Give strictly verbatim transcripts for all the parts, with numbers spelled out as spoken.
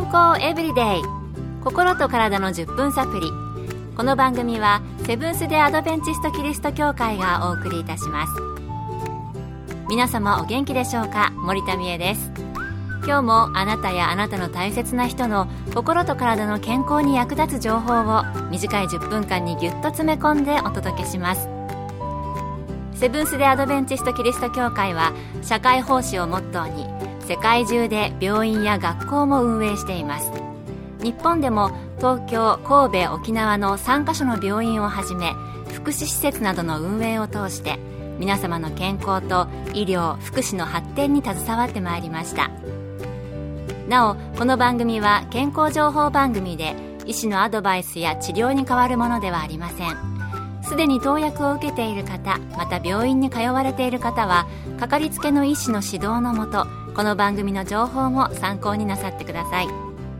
康エブリデイ、心と体のじゅっぷんサプリ。この番組はセブンス・デ・アドベンチスト・キリスト教会がお送りいたします。皆様お元気でしょうか。森田美恵です。今日もあなたやあなたの大切な人の心と体の健康に役立つ情報を短いじゅっぷんかんにぎゅっと詰め込んでお届けします。セブンス・デ・アドベンチスト・キリスト教会は社会奉仕をモットーに世界中で病院や学校も運営しています。日本でも東京、神戸、沖縄のさんカ所の病院をはじめ福祉施設などの運営を通して皆様の健康と医療・福祉の発展に携わってまいりました。なお、この番組は健康情報番組で医師のアドバイスや治療に代わるものではありません。すでに投薬を受けている方、また病院に通われている方はかかりつけの医師の指導のもと、この番組の情報も参考になさってください。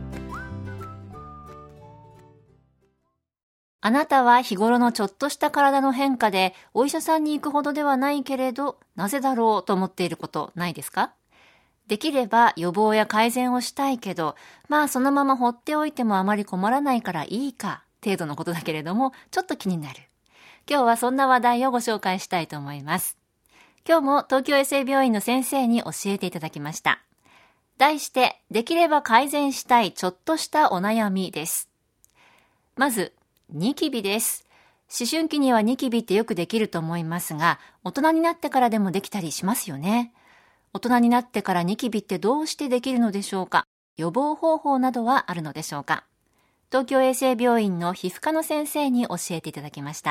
あなたは日頃のちょっとした体の変化でお医者さんに行くほどではないけれど、なぜだろうと思っていることないですか？できれば予防や改善をしたいけど、まあそのまま放っておいてもあまり困らないからいいか程度のことだけれども、ちょっと気になる。今日はそんな話題をご紹介したいと思います。今日も東京衛生病院の先生に教えていただきました。題して、できれば改善したいちょっとしたお悩みです。まずニキビです。思春期にはニキビってよくできると思いますが、大人になってからでもできたりしますよね。大人になってからニキビってどうしてできるのでしょうか。予防方法などはあるのでしょうか。東京衛生病院の皮膚科の先生に教えていただきました。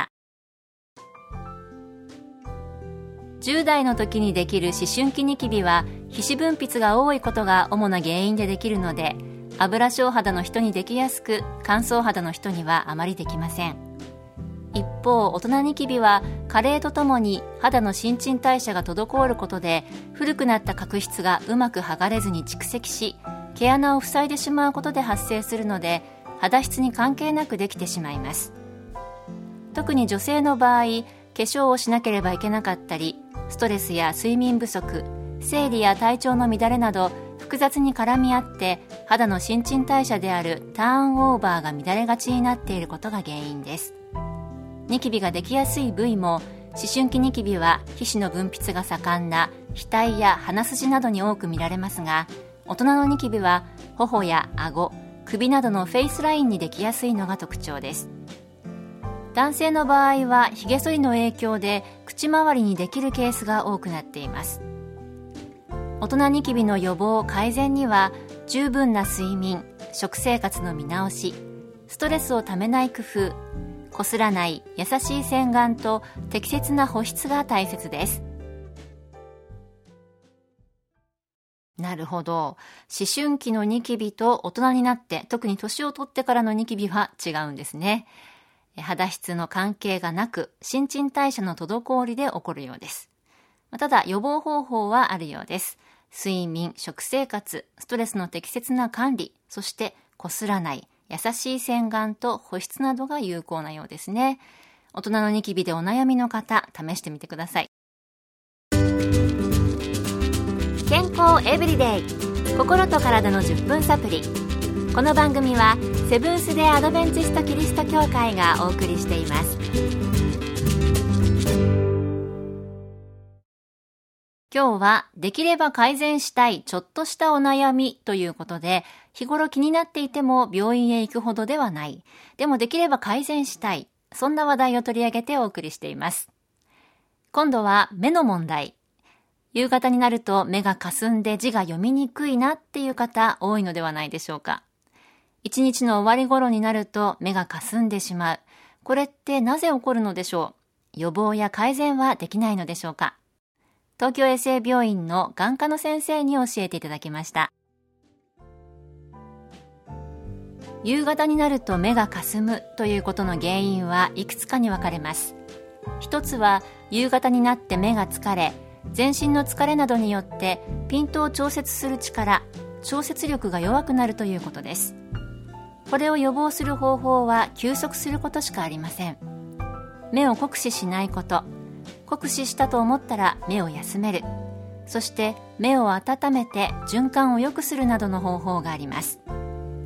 じゅう代の時にできる思春期ニキビは皮脂分泌が多いことが主な原因でできるので、油性肌の人にできやすく、乾燥肌の人にはあまりできません。一方、大人ニキビは加齢とともに肌の新陳代謝が滞ることで、古くなった角質がうまく剥がれずに蓄積し、毛穴を塞いでしまうことで発生するので、肌質に関係なくできてしまいます。特に女性の場合、化粧をしなければいけなかったり、ストレスや睡眠不足、生理や体調の乱れなど複雑に絡み合って肌の新陳代謝であるターンオーバーが乱れがちになっていることが原因です。ニキビができやすい部位も、思春期ニキビは皮脂の分泌が盛んな額や鼻筋などに多く見られますが、大人のニキビは頬や顎、首などのフェイスラインにできやすいのが特徴です。男性の場合はひげ剃りの影響で口周りにできるケースが多くなっています。大人ニキビの予防改善には、十分な睡眠、食生活の見直し、ストレスをためない工夫、こすらない優しい洗顔と適切な保湿が大切です。なるほど。思春期のニキビと大人になって、特に年を取ってからのニキビは違うんですね。肌質の関係がなく、新陳代謝の滞りで起こるようです。ただ予防方法はあるようです。睡眠、食生活、ストレスの適切な管理、そしてこすらない、優しい洗顔と保湿などが有効なようですね。大人のニキビでお悩みの方、試してみてください。健康エブリデイ、心と体のじゅっぷんサプリ。この番組はセブンス・デ・アドベンチスト・キリスト教会がお送りしています。今日はできれば改善したいちょっとしたお悩みということで、日頃気になっていても病院へ行くほどではない、でもできれば改善したい、そんな話題を取り上げてお送りしています。今度は目の問題。夕方になると目が霞んで字が読みにくいなっていう方多いのではないでしょうか。一日の終わり頃になると目が霞んでしまう。これってなぜ起こるのでしょう。予防や改善はできないのでしょうか。東京衛生病院の眼科の先生に教えていただきました。夕方になると目が霞むということの原因はいくつかに分かれます。一つは夕方になって目が疲れ、全身の疲れなどによってピントを調節する力、調節力が弱くなるということです。これを予防する方法は休息することしかありません。目を酷使しないこと、酷使したと思ったら目を休める、そして目を温めて循環を良くするなどの方法があります。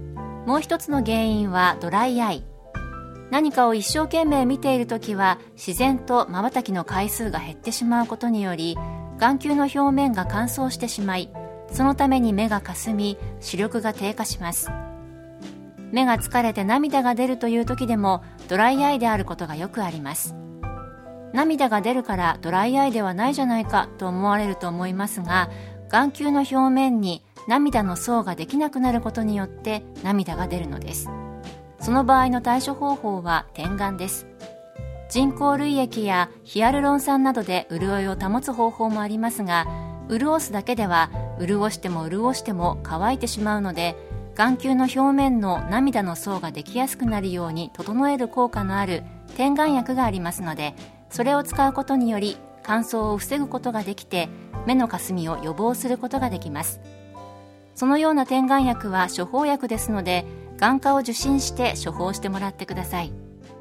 もう一つの原因はドライアイ。何かを一生懸命見ているときは自然と瞬きの回数が減ってしまうことにより、眼球の表面が乾燥してしまい、そのために目がかすみ、視力が低下します。目が疲れて涙が出るという時でもドライアイであることがよくあります。涙が出るからドライアイではないじゃないかと思われると思いますが、眼球の表面に涙の層ができなくなることによって涙が出るのです。その場合の対処方法は点眼です。人工涙液やヒアルロン酸などで潤いを保つ方法もありますが、潤すだけでは潤しても潤しても乾いてしまうので、眼球の表面の涙の層ができやすくなるように整える効果のある点眼薬がありますので、それを使うことにより乾燥を防ぐことができて、目のかすみを予防することができます。そのような点眼薬は処方薬ですので、眼科を受診して処方してもらってください。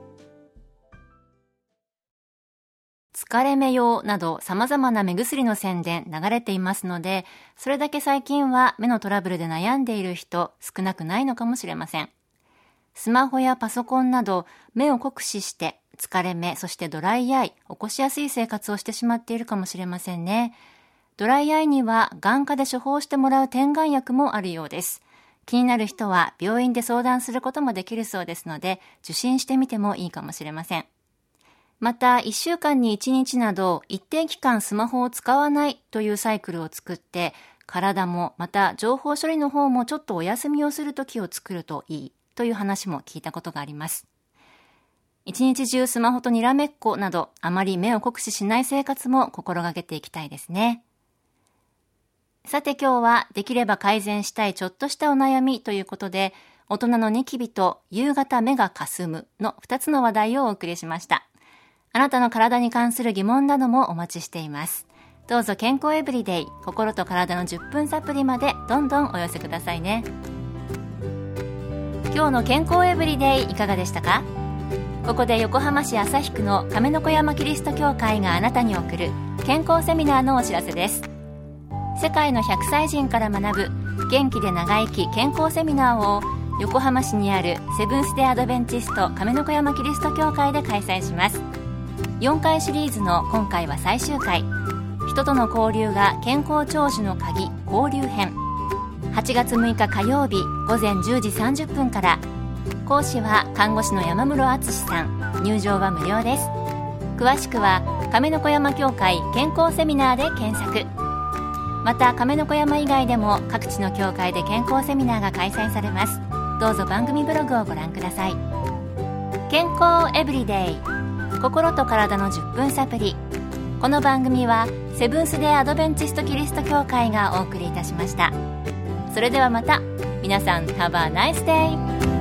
疲れ目用など様々な目薬の宣伝流れていますので、それだけ最近は目のトラブルで悩んでいる人少なくないのかもしれません。スマホやパソコンなど目を酷使して疲れ目、そしてドライアイ起こしやすい生活をしてしまっているかもしれませんね。ドライアイには眼科で処方してもらう点眼薬もあるようです。気になる人は病院で相談することもできるそうですので、受診してみてもいいかもしれません。また、いっしゅうかんにいちにちなど一定期間スマホを使わないというサイクルを作って、体もまた情報処理の方もちょっとお休みをする時を作るといいという話も聞いたことがあります。一日中スマホとにらめっこなどあまり目を酷使しない生活も心がけていきたいですね。さて今日はできれば改善したいちょっとしたお悩みということで、大人のニキビと夕方目がかすむのふたつの話題をお送りしました。あなたの体に関する疑問などもお待ちしています。どうぞ健康エブリデイ、心と体のじゅっぷんサプリまでどんどんお寄せくださいね。今日の健康エブリデイいかがでしたか？ここで横浜市旭区の亀の子山キリスト教会があなたに送る健康セミナーのお知らせです。世界のひゃくさい人から学ぶ元気で長生き健康セミナーを横浜市にあるセブンス・デ・アドベンチスト亀の子山キリスト教会で開催します。よんかいシリーズの今回は最終回、人との交流が健康長寿の鍵交流編。はちがつむいか火曜日ごぜんじゅうじさんじゅっぷんから。講師は看護師の山室敦さん。入場は無料です。詳しくは亀の子山協会健康セミナーで検索。また亀の子山以外でも各地の協会で健康セミナーが開催されます。どうぞ番組ブログをご覧ください。健康エブリデイ、心と体のじゅっぷんサプリ。この番組はセブンス・デ・アドベンチスト・キリスト教会がお送りいたしました。それではまた。皆さん Have a nice day!